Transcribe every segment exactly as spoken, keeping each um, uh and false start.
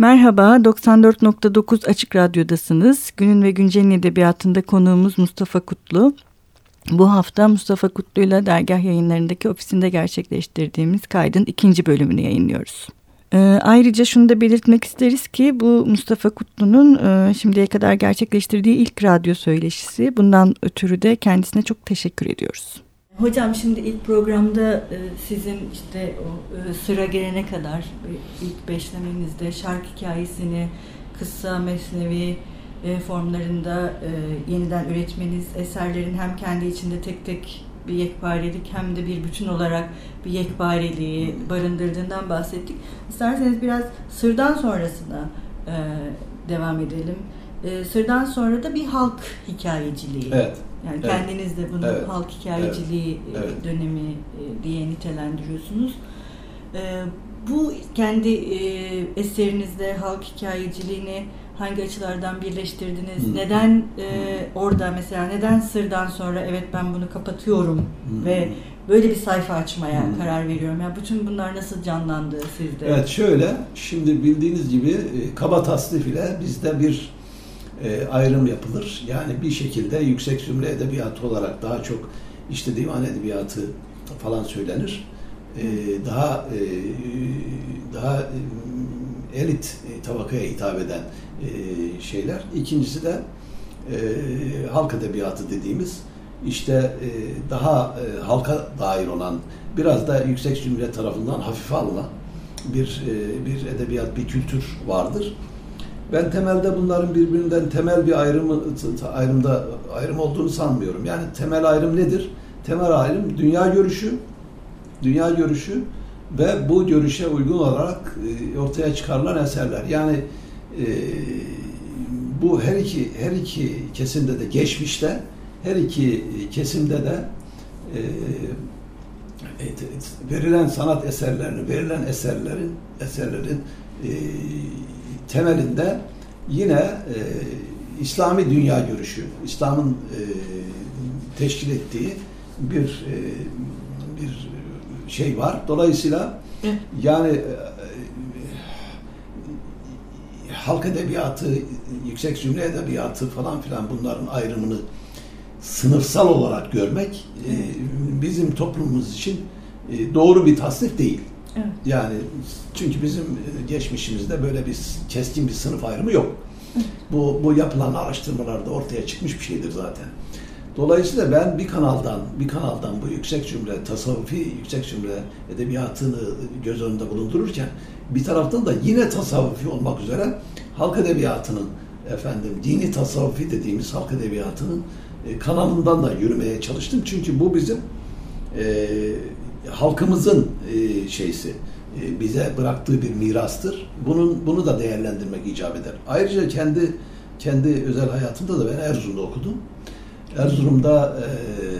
Merhaba, doksan dört nokta dokuz Açık Radyo'dasınız. Günün ve Güncel'in edebiyatında konuğumuz Mustafa Kutlu. Bu hafta Mustafa Kutlu'yla Dergah Yayınları'ndaki ofisinde gerçekleştirdiğimiz kaydın ikinci bölümünü yayınlıyoruz. Ee, ayrıca şunu da belirtmek isteriz ki bu Mustafa Kutlu'nun e, şimdiye kadar gerçekleştirdiği ilk radyo söyleşisi. Bundan ötürü de kendisine çok teşekkür ediyoruz. Hocam şimdi ilk programda e, sizin işte o e, sıra gelene kadar e, ilk beşlemenizde şark hikayesini kıssa, mesnevi e, formlarında e, yeniden üretmeniz, eserlerin hem kendi içinde tek tek bir yekparelik hem de bir bütün olarak bir yekpareliği barındırdığından bahsettik. İsterseniz biraz sırdan sonrasına e, devam edelim. E, sırdan sonra da bir halk hikayeciliği. Evet. Yani evet. kendiniz de bunu evet. halk hikayeciliği evet. Evet. dönemi diye nitelendiriyorsunuz. Bu kendi eserinizde halk hikayeciliğini hangi açılardan birleştirdiniz? Hmm. Neden orada mesela neden sırdan sonra evet ben bunu kapatıyorum hmm. ve böyle bir sayfa açmaya hmm. karar veriyorum? Yani bütün bunlar nasıl canlandı sizde? Evet şöyle, şimdi bildiğiniz gibi kaba tasnif ile bizde bir E, ayrım yapılır. Yani bir şekilde yüksek zümre edebiyatı olarak daha çok işte divan edebiyatı falan söylenir. E, daha e, daha e, elit tabakaya hitap eden e, şeyler. İkincisi de e, halk edebiyatı dediğimiz işte e, daha e, halka dair olan biraz da yüksek zümre tarafından hafife alınan bir e, bir edebiyat, bir kültür vardır. Ben temelde bunların birbirinden temel bir ayrımı ayrımda ayrım olduğunu sanmıyorum. Yani temel ayrım nedir? Temel ayrım dünya görüşü, dünya görüşü ve bu görüşe uygun olarak ortaya çıkarılan eserler. Yani e, bu her iki her iki kesimde de geçmişte, her iki kesimde de e, verilen sanat eserlerini, verilen eserlerin eserlerin e, temelinde yine e, İslami dünya görüşü, İslam'ın e, teşkil ettiği bir e, bir şey var. Dolayısıyla evet. yani e, halk edebiyatı, yüksek zümre edebiyatı falan filan bunların ayrımını sınıfsal olarak görmek e, bizim toplumumuz için e, doğru bir tasnif değil. Evet. Yani çünkü bizim geçmişimizde böyle bir keskin bir sınıf ayrımı yok. Evet. Bu bu yapılan araştırmalarda ortaya çıkmış bir şeydir zaten. Dolayısıyla ben bir kanaldan bir kanaldan bu yüksek zümre tasavvufi yüksek zümre edebiyatını göz önünde bulundururken bir taraftan da yine tasavvufi olmak üzere halk edebiyatının efendim dini tasavvufi dediğimiz halk edebiyatının e, kanalından da yürümeye çalıştım. Çünkü bu bizim e, halkımızın e, şeysi e, bize bıraktığı bir mirastır. Bunun bunu da değerlendirmek icap eder. Ayrıca kendi kendi özel hayatımda da ben Erzurum'da okudum. Erzurum'da e,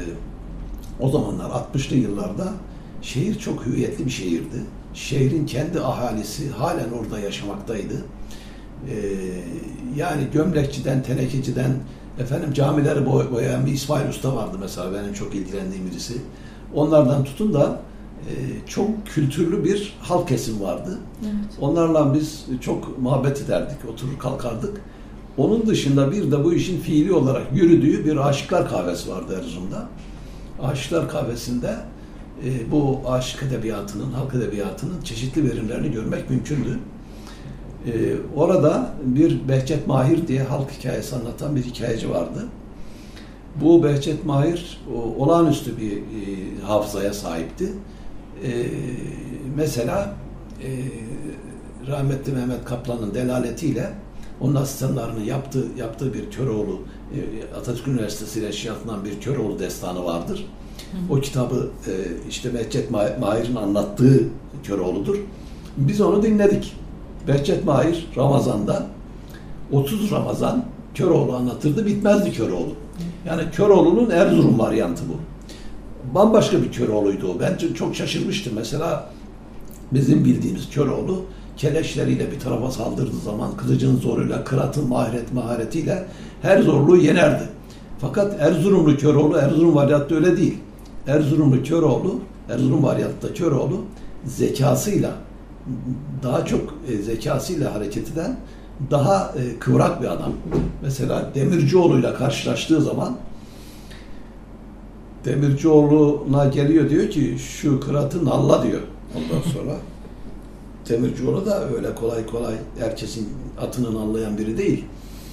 o zamanlar altmışlı yıllarda şehir çok hüviyetli bir şehirdi. Şehrin kendi ahalisi halen orada yaşamaktaydı. E, yani gömlekçiden, tenekeciden efendim camileri boy boyayan bir İsmail Usta vardı mesela benim çok ilgilendiğim birisi. Onlardan tutun da e, çok kültürlü bir halk kesim vardı. Evet. Onlarla biz çok muhabbet ederdik, oturur kalkardık. Onun dışında bir de bu işin fiili olarak yürüdüğü bir Aşıklar Kahvesi vardı Erzurum'da. Aşıklar Kahvesi'nde e, bu aşık edebiyatının, halk edebiyatının çeşitli verimlerini görmek mümkündü. E, orada bir Behçet Mahir diye halk hikayesi anlatan bir hikayeci vardı. Bu Behçet Mahir o, olağanüstü bir e, hafızaya sahipti. E, mesela e, rahmetli Mehmet Kaplan'ın delaletiyle onun asistanlarının yaptığı yaptığı bir Köroğlu e, Atatürk Üniversitesi ile yaşatılan bir Köroğlu destanı vardır. Hı. O kitabı e, işte Behçet Mahir'in anlattığı Köroğlu'dur. Biz onu dinledik. Behçet Mahir Ramazan'da otuz Ramazan Köroğlu anlatırdı, bitmezdi Köroğlu. Yani Köroğlu'nun Erzurum varyantı bu. Bambaşka bir Köroğlu'ydu o. Ben çok şaşırmıştım. Mesela bizim bildiğimiz Köroğlu keleşleriyle bir tarafa saldırdığı zaman kılıcın zoruyla, kıratın maharet maharetiyle her zorluğu yenerdi. Fakat Erzurumlu Köroğlu, Erzurum varyantı öyle değil. Erzurumlu Köroğlu, Erzurum varyantta Köroğlu zekasıyla, daha çok e, zekasıyla hareket eden daha e, kıvrak bir adam. Mesela Demircioğlu'yla karşılaştığı zaman Demircioğlu'na geliyor, diyor ki şu kıratı nalla diyor. Ondan sonra Demircioğlu da öyle kolay kolay herkesin atını nallayan biri değil.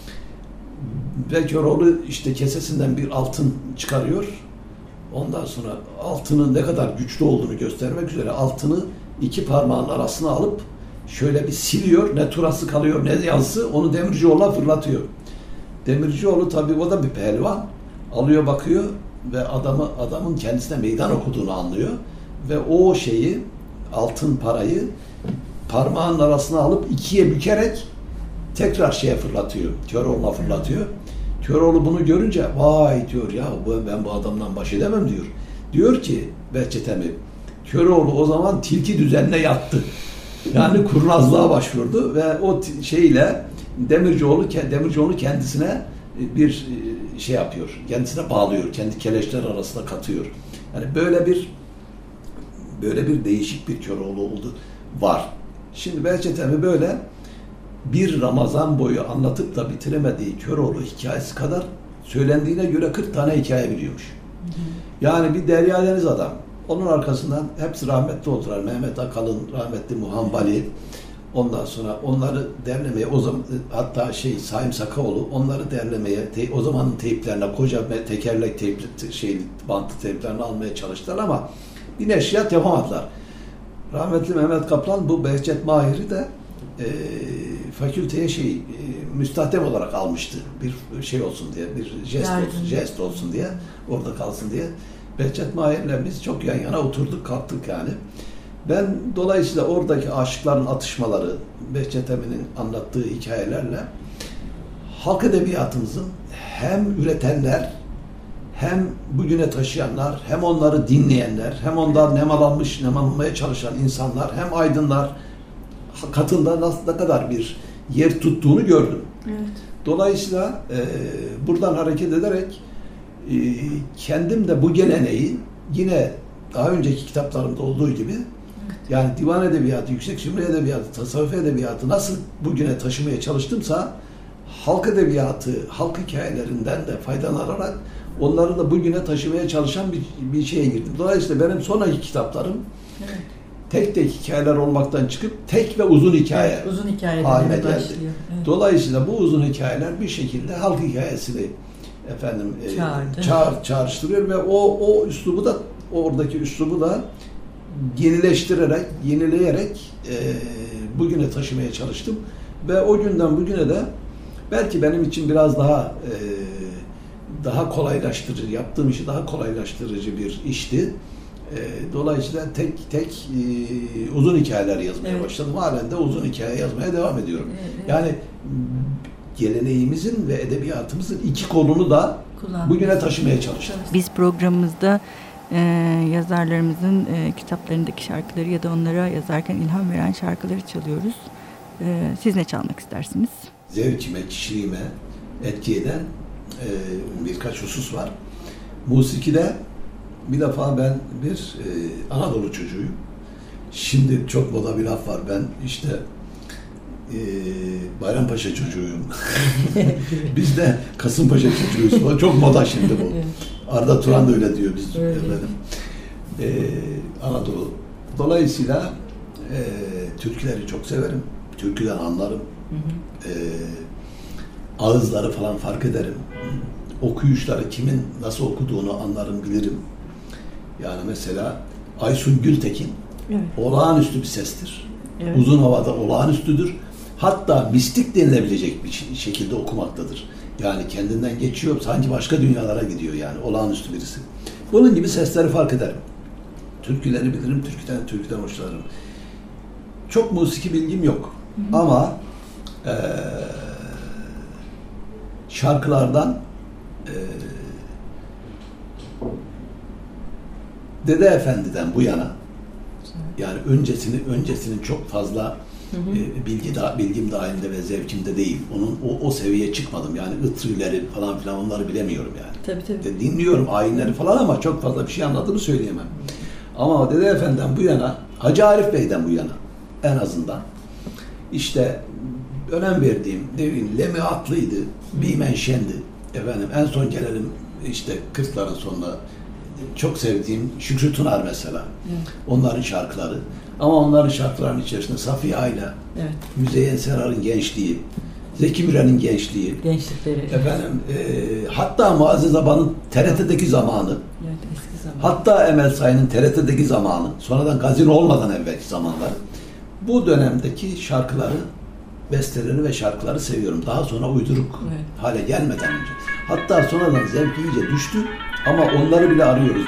Ve Köroğlu işte kesesinden bir altın çıkarıyor. Ondan sonra altının ne kadar güçlü olduğunu göstermek üzere altını iki parmağın arasına alıp şöyle bir siliyor. Ne turası kalıyor ne yazısı, onu Demircioğlu'na fırlatıyor. Demircioğlu tabii o da bir pehlivan. Alıyor, bakıyor ve adamı adamın kendisine meydan okuduğunu anlıyor. Ve o şeyi, altın parayı parmağın arasına alıp ikiye bükerek tekrar şeye fırlatıyor. Köroğlu'na fırlatıyor. Köroğlu bunu görünce vay diyor ya, ben bu adamdan baş edemem diyor. Diyor ki Behçet Emmi, Köroğlu o zaman tilki düzenine yattı. Yani kurnazlığa başvurdu ve o şeyle Demircioğlu Demircioğlu kendisine bir şey yapıyor. Kendisine bağlıyor. Kendi keleşler arasına katıyor. Yani böyle bir böyle bir değişik bir Köroğlu oldu var. Şimdi Behçet Emmi böyle bir Ramazan boyu anlatıp da bitiremediği Köroğlu hikayesi kadar söylendiğine göre kırk tane hikaye biliyormuş. Hı hı. Yani bir derya deniz adam. Onun arkasından hepsi rahmetli oldular. Mehmet Akalın, rahmetli Muhambali. Ondan sonra onları derlemeye, o zaman hatta şey Saim Sakaoğlu onları derlemeye, te, o zamanın teyplerine, koca tekerlek teypli şey bantlı teyplerini almaya çalıştılar ama bir neşriyat yapamadılar. Rahmetli Mehmet Kaplan bu Behçet Mahir'i de e, fakülteye şey e, müstahdem olarak almıştı. Bir şey olsun diye, bir jest olsun, jest olsun diye, orada kalsın diye. Behçet Mahir'le biz çok yan yana oturduk, kalktık yani. Ben dolayısıyla oradaki aşıkların atışmaları, Behçet Emmi'nin anlattığı hikayelerle halk edebiyatımızın hem üretenler, hem bugüne taşıyanlar, hem onları dinleyenler, hem ondan nemalanmış, nemalanmaya çalışan insanlar, hem aydınlar katında nasıl, ne kadar bir yer tuttuğunu gördüm. Evet. Dolayısıyla e, buradan hareket ederek e, kendim de bu geleneği yine daha önceki kitaplarımda olduğu gibi, evet, yani divan edebiyatı, yüksek zümre edebiyatı, tasavvuf edebiyatı nasıl bugüne taşımaya çalıştımsa halk edebiyatı, halk hikayelerinden de faydalanarak onları da bugüne taşımaya çalışan bir, bir şeye girdim. Dolayısıyla benim sonraki kitaplarım, evet, tek tek hikayeler olmaktan çıkıp tek ve uzun hikaye, evet, uzun haline geldi. Evet. Dolayısıyla bu uzun hikayeler bir şekilde halk hikayesini efendim e, çağır, çağrıştırıyor ve o o üslubu da, oradaki üslubu da yenileştirerek, yenileyerek e, bugüne taşımaya çalıştım ve o günden bugüne de belki benim için biraz daha e, daha kolaylaştırıcı, yaptığım işi daha kolaylaştırıcı bir işti. E, dolayısıyla tek tek e, uzun hikayeler yazmaya, evet, başladım. Halen de uzun hikaye yazmaya devam ediyorum. Evet. Yani geleneğimizin ve edebiyatımızın iki kolunu da bugüne taşımaya çalışıyoruz. Biz programımızda e, yazarlarımızın e, kitaplarındaki şarkıları ya da onlara yazarken ilham veren şarkıları çalıyoruz. E, siz ne çalmak istersiniz? Zevkime, kişiliğime etki eden e, birkaç husus var. Musikide bir defa ben bir e, Anadolu çocuğuyum. Şimdi çok moda bir laf var. Ben işte e, Bayrampaşa çocuğuyum. Biz de Kasımpaşa çocuğuyuz. Çok moda şimdi bu. Arda Turan da öyle diyor biz. Efendim. E, Anadolu. Dolayısıyla e, türküleri çok severim. Türküden anlarım. Hı hı. E, ağızları falan fark ederim. Okuyuşları kimin nasıl okuduğunu anlarım, bilirim. Yani mesela Aysun Gültekin, evet, olağanüstü bir sestir. Evet. Uzun havada olağanüstüdür. Hatta mistik denilebilecek bir şekilde okumaktadır. Yani kendinden geçiyor, sanki başka dünyalara gidiyor yani. Olağanüstü birisi. Bunun gibi sesleri fark ederim. Türküleri bilirim, türküden, türküden hoşlanırım. Çok musiki bilgim yok. Hı hı. Ama ee, şarkılardan e, Dede Efendi'den bu yana, yani öncesini öncesinin çok fazla hı hı. E, bilgi da, bilgim dahilinde ve zevkimde değil. Onun o, o seviyeye çıkmadım. Yani ıtrüleri falan filan onları bilemiyorum yani. Tabii tabii. De, dinliyorum ayinleri falan ama çok fazla bir şey anladığımı söyleyemem. Ama Dede Efendi'den bu yana, Hacı Arif Bey'den bu yana en azından. İşte önem verdiğim, ne bileyim, Lemi Atlı'ydı, Bimen Şen'di. Efendim en son gelelim işte kırkların sonunda çok sevdiğim Şükrü Tunar mesela. Evet. Onların şarkıları. Ama onların şarkılarının içerisinde Safiye Ayla, evet. Müzeyyen Serar'ın gençliği, Zeki Müren'in gençliği, gençlikleri. Efendim, e, hatta Muazzez Aba'nın T R T'deki zamanı, evet, eski zaman. Hatta Emel Sayın'ın T R T'deki zamanı, sonradan gazino olmadan evvelki zamanlar. Bu dönemdeki şarkıları, besteleri ve şarkıları seviyorum. Daha sonra uyduruk evet. hale gelmeden önce. Hatta sonradan zevk iyice düştü ama onları bile arıyoruz.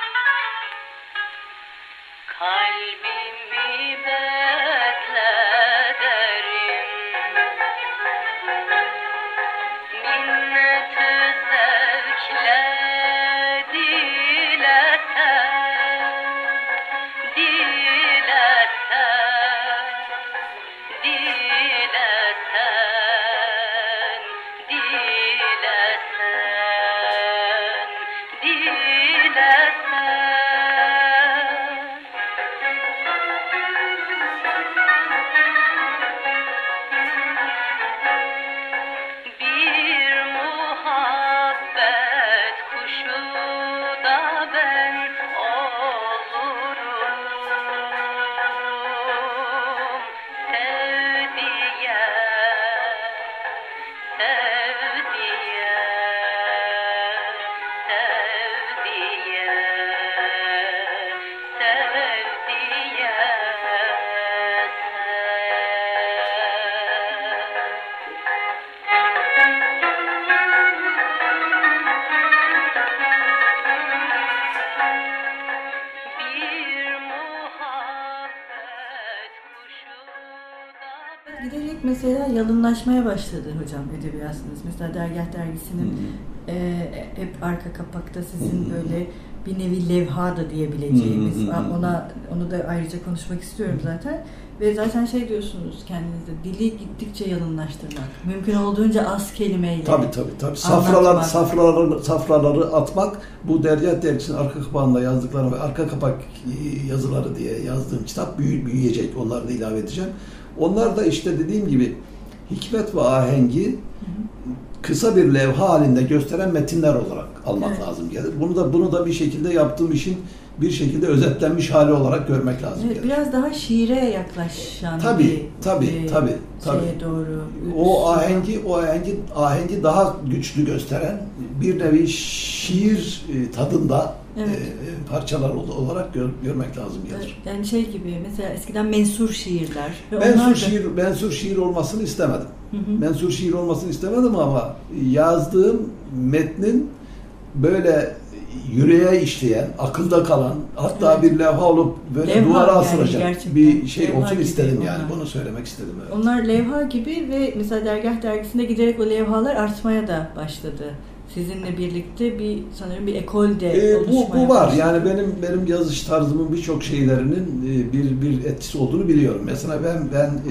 Giderek mesela yalınlaşmaya başladı hocam edebiyatınız. Mesela Dergah Dergisi'nin hmm. e, hep arka kapakta sizin hmm. böyle bir nevi levha da diyebileceğimiz, hmm. ona onu da ayrıca konuşmak istiyorum zaten. Ve zaten şey diyorsunuz kendinizde, dili gittikçe yalınlaştırmak, mümkün olduğunca az kelimeyle. Tabii tabii tabii. Safralar, safraları, safraları atmak, bu Dergah Dergisi'nin arka kapağında yazdıklarım ve arka kapak yazıları diye yazdığım kitap büyü, büyüyecek. Onları da ilave edeceğim. Onlar da işte dediğim gibi hikmet ve ahengi hı hı. kısa bir levha halinde gösteren metinler olarak almak evet. lazım gelir. Bunu da bunu da bir şekilde yaptığım işin bir şekilde özetlenmiş hali olarak görmek lazım evet, gelir. Biraz daha şiire yaklaşan tabii, bir tabii, e, tabii, tabii. şeye doğru. O ahengi, o ahengi, ahengi daha güçlü gösteren bir nevi şiir tadında evet. e, parçalar olarak gör, görmek lazım gelir. Yani şey gibi mesela eskiden mensur şiirler. Mensur da... şiir, mensur şiir olmasını istemedim. Hı hı. Mensur şiir olmasını istemedim ama yazdığım metnin böyle yüreğe işleyen, akılda kalan, hatta evet. bir levha olup böyle levha duvara asılacak yani bir şey levha olsun istedim yani. Onlar. Bunu söylemek istedim. Evet. Onlar levha gibi ve mesela Dergah Dergisi'nde giderek o levhalar artmaya da başladı. Sizinle birlikte bir sanırım bir ekol de e, bu, bu var. Başladı. Yani benim benim yazış tarzımın birçok şeylerinin bir bir etkisi olduğunu biliyorum. Mesela ben ben e,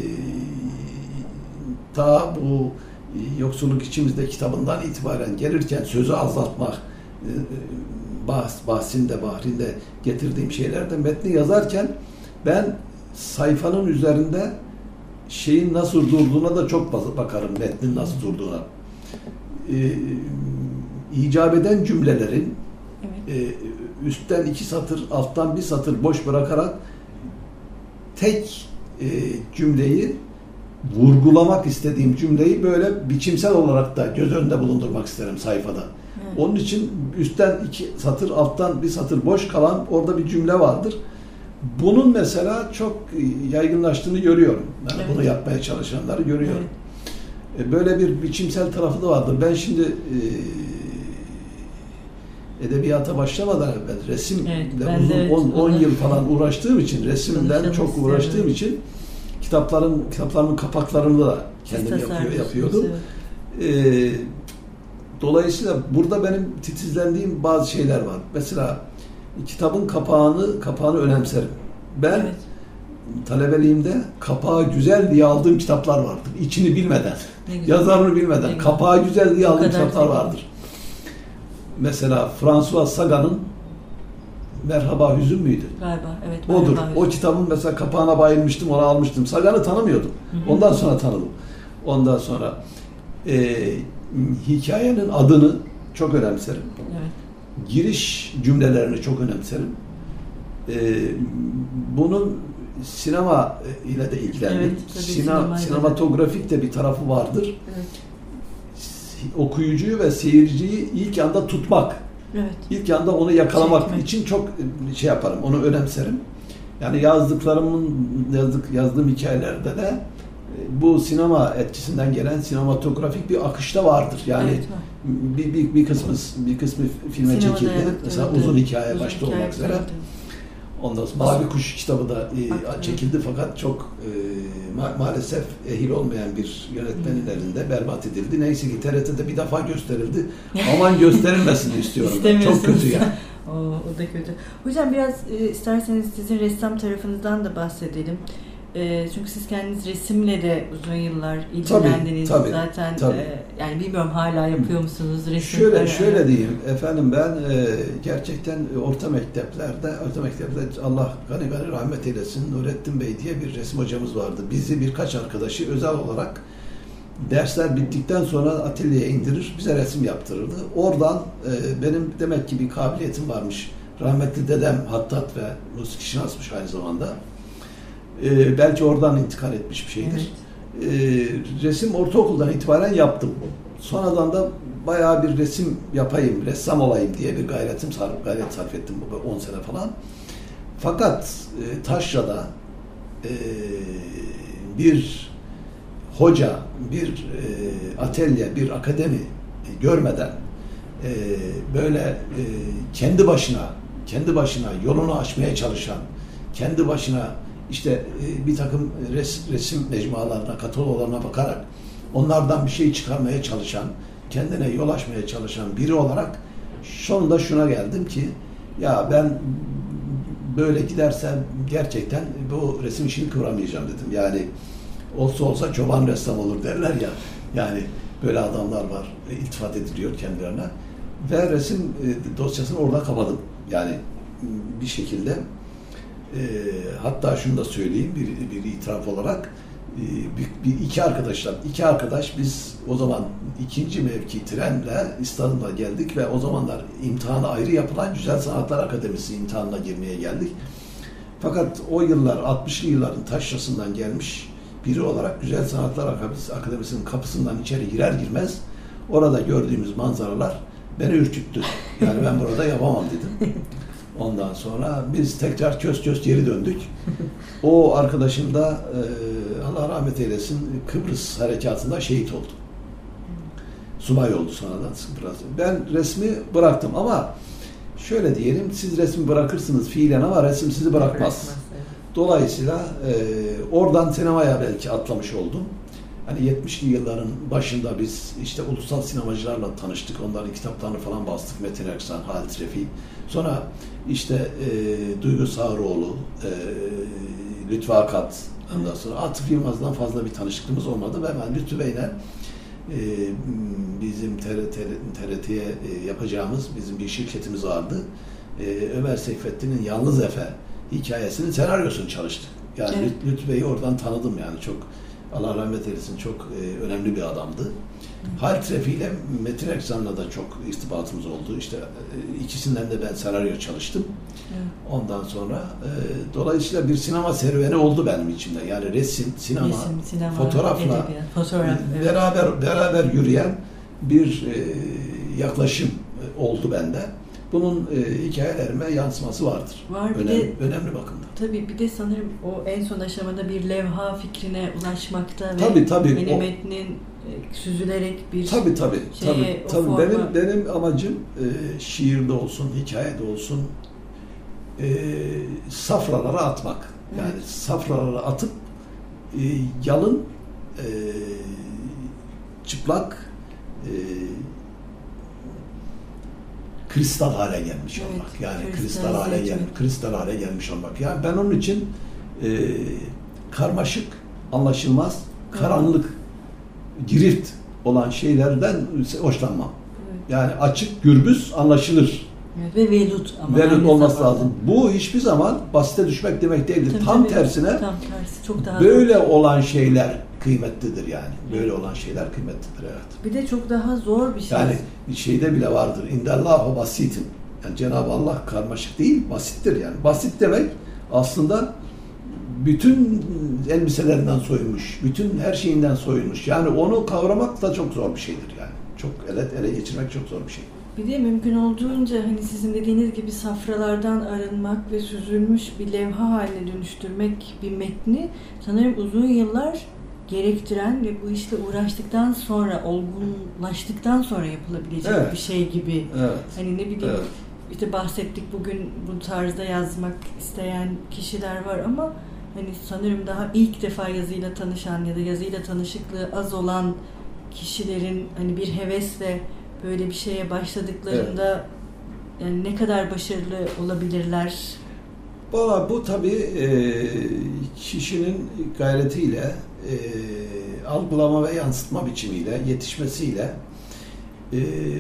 ta bu Yoksulluk İçimizde kitabından itibaren gelirken sözü azaltmak, bahs, bahsinde, bahrinde getirdiğim şeylerden metni yazarken ben sayfanın üzerinde şeyin nasıl durduğuna da çok bakarım, metnin nasıl durduğuna. Ee, icap eden cümlelerin evet. e, üstten iki satır, alttan bir satır boş bırakarak tek e, cümleyi vurgulamak istediğim cümleyi böyle biçimsel olarak da göz önünde bulundurmak isterim sayfada. Evet. Onun için üstten iki satır, alttan bir satır boş kalan orada bir cümle vardır. Bunun mesela çok yaygınlaştığını görüyorum. Yani evet. bunu yapmaya çalışanları görüyorum. Evet. Böyle bir biçimsel tarafı da vardır. Ben şimdi e, edebiyata başlamadan evvel resimle evet, uzun on yıl falan uğraştığım için, resimden çok uğraştığım istiyorum. için kitapların kitaplarımın kapaklarını da kendim yapıyor, yapıyordum. Evet. E, dolayısıyla burada benim titizlendiğim bazı şeyler var. Mesela kitabın kapağını kapağını önemserim. Ben evet. talebeliğimde kapağı güzel diye aldığım kitaplar vardır. İçini bilmeden, yazarını bilmeden, kapağı güzel diye aldığım kitaplar vardır. Mesela François Sagan'ın Merhaba Hüzün müydü? Galiba, evet. Odur. Merhaba O Hüzün. kitabın mesela kapağına bayılmıştım, onu almıştım. Sagan'ı tanımıyordum. Hı hı. Ondan sonra tanıdım. Ondan sonra e, hikayenin adını çok önemserim. Evet. Giriş cümlelerini çok önemserim. E, bunun sinema ile de ilgilendim. Evet, Sina, sinematografik de bir tarafı vardır. Evet. Okuyucuyu ve seyirciyi ilk anda tutmak. Evet. İlk anda onu yakalamak Çekmek. için çok şey yaparım, onu önemserim. Yani yazdıklarımın, yazdık, yazdığım hikayelerde de bu sinema etkisinden gelen sinematografik bir akışta vardır. Yani evet, bir, bir, bir kısmı bir kısmı filme Sinemada çekildi. Evet, mesela evet, uzun hikaye uzun başta hikaye olmak üzere. Evet. Ondan sonra Mavi Kuş kitabı da e, çekildi fakat çok e, ma- maalesef ehil olmayan bir yönetmenin hmm. elinde berbat edildi. Neyse ki T R T'de bir defa gösterildi. Aman gösterilmesini istiyorum. Çok kötü ya. Yani. o, o da kötü. Hocam biraz e, isterseniz sizin ressam tarafınızdan da bahsedelim. E, çünkü siz kendiniz resimle de uzun yıllar ilgilendiniz. Tabii, tabii, zaten tabii. E, yani bilmiyorum hala yapıyor musunuz resim? Şöyle şöyle yani. diyeyim efendim, ben e, gerçekten orta mekteplerde orta mektepte Allah gani gani rahmet eylesin, Nurettin Bey diye bir resim hocamız vardı. Bizi birkaç arkadaşı özel olarak dersler bittikten sonra atölyeye indirir, bize resim yaptırırdı. Oradan e, benim demek ki bir kabiliyetim varmış. Rahmetli dedem hattat ve musiki şinasmış aynı zamanda. Ee, belki oradan intikal etmiş bir şeydir. Evet. Ee, resim ortaokuldan itibaren yaptım. Sonradan da bayağı bir resim yapayım, ressam olayım diye bir gayretim sarf, gayret sarf ettim bu on sene falan. Fakat e, Taşra'da e, bir hoca, bir e, atölye, bir akademi e, görmeden e, böyle e, kendi başına, kendi başına yolunu açmaya çalışan, kendi başına İşte bir takım res, resim mecmualarına, kataloğlarına bakarak onlardan bir şey çıkarmaya çalışan, kendine yol açmaya çalışan biri olarak sonunda şuna geldim ki ya ben böyle gidersem gerçekten bu resim işini kıvıramayacağım dedim. Yani olsa olsa çoban ressam olur derler ya. Yani böyle adamlar var, iltifat ediliyor kendilerine. Ve resim dosyasını orada kapadım. Yani bir şekilde E, hatta şunu da söyleyeyim bir, bir itiraf olarak e, bir, bir iki arkadaşlar iki arkadaş biz o zaman ikinci mevki trenle İstanbul'a geldik ve o zamanlar imtihanı ayrı yapılan Güzel Sanatlar Akademisi imtihanına girmeye geldik. Fakat o yıllar altmışlı yılların Taşra'sından gelmiş biri olarak Güzel Sanatlar Akademisi'nin kapısından içeri girer girmez orada gördüğümüz manzaralar beni ürküttü. Yani ben burada yapamam dedim. Ondan sonra biz tekrar kös kös geri döndük. O arkadaşım da e, Allah rahmet eylesin Kıbrıs harekatında şehit oldu. Subay oldu sonradan. Ben resmi bıraktım ama şöyle diyelim, siz resmi bırakırsınız fiilen ama resim sizi bırakmaz. Dolayısıyla e, oradan sinemaya belki atlamış oldum. Hani yetmişli yılların başında biz işte ulusal sinemacılarla tanıştık. Onların kitaplarını falan bastık. Metin Erksan, Halit Refi. Sonra işte e, Duygu Sağıroğlu, e, Lütfü Akat, ondan sonra Atıf Yılmaz'dan fazla bir tanışıklığımız olmadı ve ben Lütfü Bey'le e, bizim T R T'ye e, yapacağımız bizim bir şirketimiz vardı. E, Ömer Seyfettin'in Yalnız Efe hikayesinin senaryosunu çalıştık. Yani evet. Lütfü Bey'i oradan tanıdım yani çok. Allah rahmet eylesin, çok e, önemli bir adamdı. Halit Refi ile Metin Erksan'la da çok irtibatımız oldu. İşte e, ikisinden de ben senaryo çalıştım. Evet. Ondan sonra e, dolayısıyla bir sinema serüveni oldu benim içimde. Yani resim, sinema, resim, sinema fotoğrafla fotoğraf, evet. beraber beraber yürüyen bir e, yaklaşım oldu bende. Bunun e, hikayelerime yansıması vardır. Var, Önem, de, önemli bakımda. Tabii bir de sanırım o en son aşamada bir levha fikrine ulaşmakta tabii, ve tabii, benim o, metnin e, süzülerek bir tabii, tabii, şeye, tabii, tabii. Forma... Benim, benim amacım e, şiirde olsun, hikayede olsun e, safralara atmak. Yani evet. safralara atıp e, yalın, e, çıplak, e, kristal hale gelmiş evet, olmak. Yani kristal, kristal hale gelmiş, kristal hale gelmiş olmak. Yani ben onun için e, karmaşık, anlaşılmaz, evet. karanlık, girift olan şeylerden hoşlanmam. Evet. Yani açık, gürbüz, anlaşılır Evet, ve velut ama. Velut olması zamanda lazım. Bu hiçbir zaman basite düşmek demek değildir. Tabii, Tam tabii. tersine Tam tersi. Çok daha böyle zor. olan şeyler kıymetlidir yani. Böyle olan şeyler kıymetlidir, evet. Bir de çok daha zor bir şey. Yani şeyde bile vardır. İndallahu basitin. Yani Cenab-ı Allah karmaşık değil, basittir yani. Basit demek aslında bütün elbiselerinden soyunmuş, bütün her şeyinden soyunmuş. Yani onu kavramak da çok zor bir şeydir yani. Çok ele, ele geçirmek çok zor bir şey. Bir de mümkün olduğunca hani sizin dediğiniz gibi safralardan arınmak ve süzülmüş bir levha haline dönüştürmek bir metni sanırım uzun yıllar gerektiren ve bu işle uğraştıktan sonra, olgunlaştıktan sonra yapılabilecek evet. bir şey gibi. Evet. Hani ne bileyim, evet. işte bahsettik, bugün bu tarzda yazmak isteyen kişiler var ama hani sanırım daha ilk defa yazıyla tanışan ya da yazıyla tanışıklığı az olan kişilerin hani bir hevesle böyle bir şeye başladıklarında evet. yani ne kadar başarılı olabilirler? Valla bu tabii e, kişinin gayretiyle, e, algılama ve yansıtma biçimiyle, yetişmesiyle e,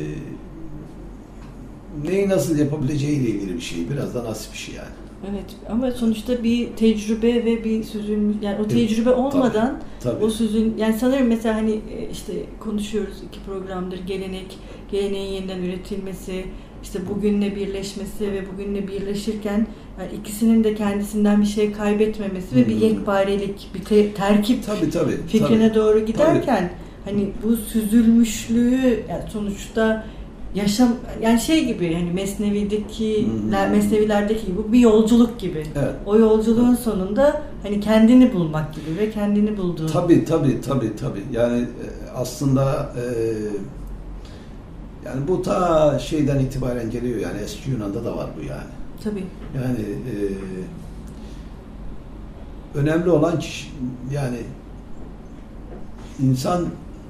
neyi nasıl yapabileceğiyle ilgili bir şey. Biraz da nasip bir şey yani. Evet ama sonuçta bir tecrübe ve bir süzülmüş, yani o tecrübe evet, olmadan tabii, tabii. o süzün, yani sanırım mesela hani işte konuşuyoruz iki programdır, gelenek, geleneğin yeniden üretilmesi, işte bugünle birleşmesi ve bugünle birleşirken yani ikisinin de kendisinden bir şey kaybetmemesi hmm. ve bir yekparelik, bir te- terkip tabii, tabii, fikrine tabii. doğru giderken tabii. hani bu süzülmüşlüğü yani sonuçta yaşam, yani şey gibi, yani Mesnevi'deki, hmm. Mesnevilerdeki gibi bir yolculuk gibi. Evet. O yolculuğun evet. sonunda hani kendini bulmak gibi ve kendini bulduğun. Tabii tabii tabii tabii. Yani aslında e, yani bu ta şeyden itibaren geliyor, yani eski Yunan'da da var bu yani. Tabii. Yani e, önemli olan kişi, yani insan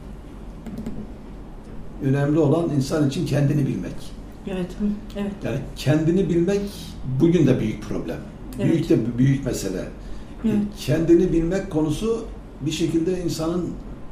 önemli olan insan için kendini bilmek. Evet, evet. Yani kendini bilmek bugün de büyük problem. Evet. Büyük de büyük mesele. Evet. Kendini bilmek konusu bir şekilde insanın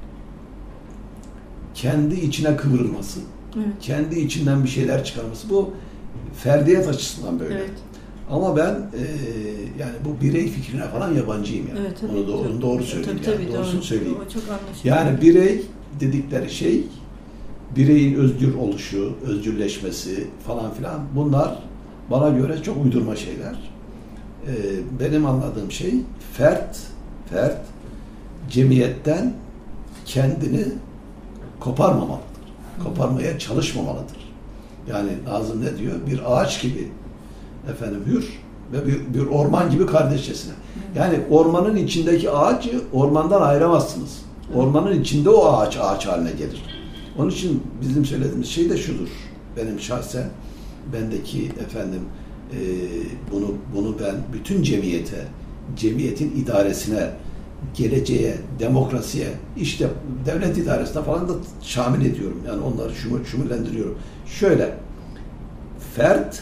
kendi içine kıvrılması, evet. kendi içinden bir şeyler çıkarması. Bu ferdiyet açısından böyle. Evet. Ama ben e, yani bu birey fikrine falan yabancıyım yani. Evet, onu doğru, tabii, doğru söyleyeyim. Tabii, yani. tabii, Doğrusunu doğru. söyleyeyim. O çok anlaşılıyor. Yani birey dedikleri şey, bireyin özgür oluşu, özgürleşmesi falan filan, bunlar bana göre çok uydurma şeyler. Ee, benim anladığım şey, fert, fert cemiyetten kendini koparmamalıdır. Koparmaya çalışmamalıdır. Yani Nazım ne diyor? Bir ağaç gibi efendim hür ve bir, bir orman gibi kardeşçesine. Yani ormanın içindeki ağacı ormandan ayıramazsınız. Ormanın içinde o ağaç ağaç haline gelir. Onun için bizim söylediğimiz şey de şudur. Benim şahsen bendeki efendim e, bunu bunu ben bütün cemiyete, cemiyetin idaresine, geleceğe, demokrasiye, işte devlet idaresine falan da şamil ediyorum. Yani onları şumur, şumurlendiriyorum. Şöyle, fert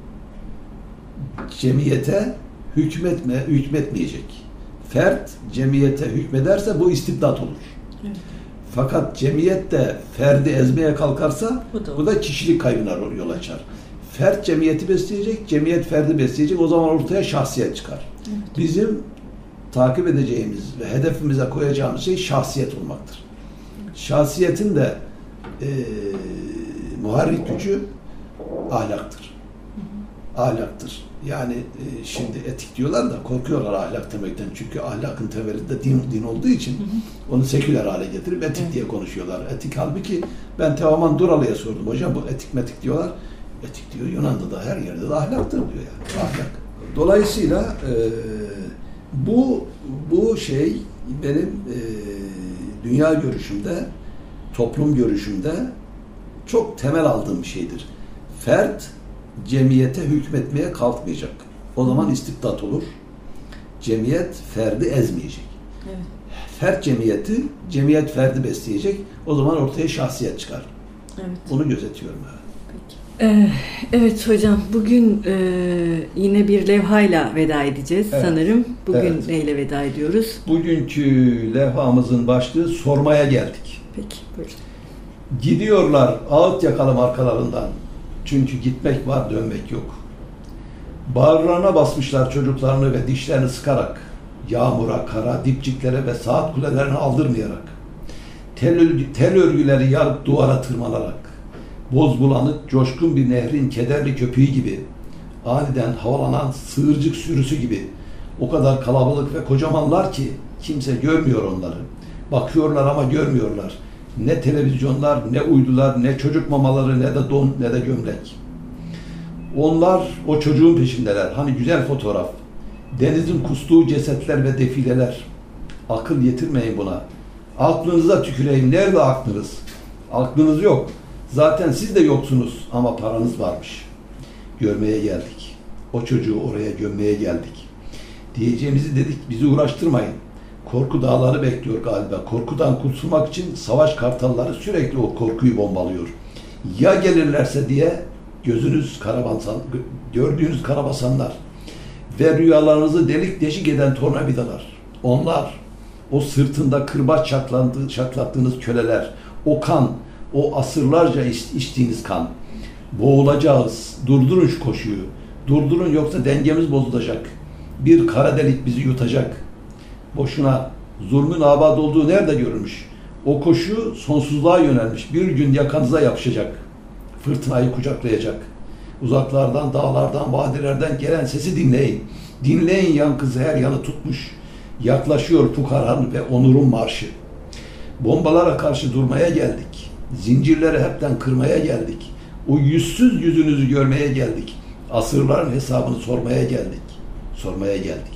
cemiyete hükmetme, hükmetmeyecek. Fert cemiyete hükmederse bu istibdat olur. Evet. Fakat cemiyet de ferdi ezmeye kalkarsa bu da, bu da kişilik kaybına yol açar. Fert cemiyeti besleyecek, cemiyet ferdi besleyecek, o zaman ortaya şahsiyet çıkar. Evet. Bizim takip edeceğimiz ve hedefimize koyacağımız şey şahsiyet olmaktır. Evet. Şahsiyetin de e, muharrik gücü ahlaktır. Hı hı. Ahlaktır. Yani e, şimdi etik diyorlar da korkuyorlar ahlak demekten. Çünkü ahlakın temelinde din, din olduğu için hı hı. onu seküler hale getirip etik evet. diye konuşuyorlar. Etik, halbuki ben Teoman Duralı'ya sordum. Hocam bu etik metik diyorlar. Etik diyor Yunan'da da her yerde de ahlaktır diyor yani. Ahlak. Dolayısıyla e, bu bu şey benim e, dünya görüşümde, toplum görüşümde çok temel aldığım bir şeydir. Fert cemiyete hükmetmeye kalkmayacak. O zaman istibdat olur. Cemiyet ferdi ezmeyecek. Evet. Fert cemiyeti, cemiyet ferdi besleyecek. O zaman ortaya şahsiyet çıkar. Evet. Bunu gözetiyorum. Peki. Ee, evet hocam, bugün e, yine bir levhayla veda edeceğiz evet. sanırım. Bugün evet. neyle veda ediyoruz? Bugünkü levhamızın başlığı sormaya geldik. Peki, buyurun. Gidiyorlar ağıt yakalım arkalarından. Çünkü gitmek var, dönmek yok. Bağırlarına basmışlar çocuklarını ve dişlerini sıkarak, yağmura, kara, dipçiklere ve saat kulelerine aldırmayarak, tel, örgü, tel örgüleri yarıp duvara tırmanarak, boz bulanık, coşkun bir nehrin kederli köpüğü gibi, aniden havalanan sığırcık sürüsü gibi, o kadar kalabalık ve kocamanlar ki kimse görmüyor onları. Bakıyorlar ama görmüyorlar. Ne televizyonlar, ne uydular, ne çocuk mamaları, ne de don, ne de gömlek. Onlar o çocuğun peşindeler. Hani güzel fotoğraf. Denizin kustuğu cesetler ve defileler. Akıl yetirmeyin buna. Aklınıza tüküreyim. Nerede aklınız? Aklınız yok. Zaten siz de yoksunuz ama paranız varmış. Görmeye geldik. O çocuğu oraya gömmeye geldik. Diyeceğimizi dedik, bizi uğraştırmayın. Korku dağları bekliyor galiba. Korkudan kurtulmak için savaş kartalları sürekli o korkuyu bombalıyor. Ya gelirlerse diye gözünüz karabasan, gördüğünüz karabasanlar ve rüyalarınızı delik deşik eden tornavidalar. Onlar, o sırtında kırbaç çaklandığı, çaklattığınız köleler, o kan, o asırlarca iç, içtiğiniz kan. Boğulacağız. Durdurun şu koşuyu. Durdurun yoksa dengemiz bozulacak. Bir kara delik bizi yutacak. Boşuna zulmün abad olduğu nerede görülmüş? O koşu sonsuzluğa yönelmiş. Bir gün yakanıza yapışacak. Fırtınayı kucaklayacak. Uzaklardan, dağlardan, vadilerden gelen sesi dinleyin. Dinleyin, yankısı her yanı tutmuş. Yaklaşıyor fukaranın ve onurun marşı. Bombalara karşı durmaya geldik. Zincirleri hepten kırmaya geldik. O yüzsüz yüzünüzü görmeye geldik. Asırların hesabını sormaya geldik. Sormaya geldik.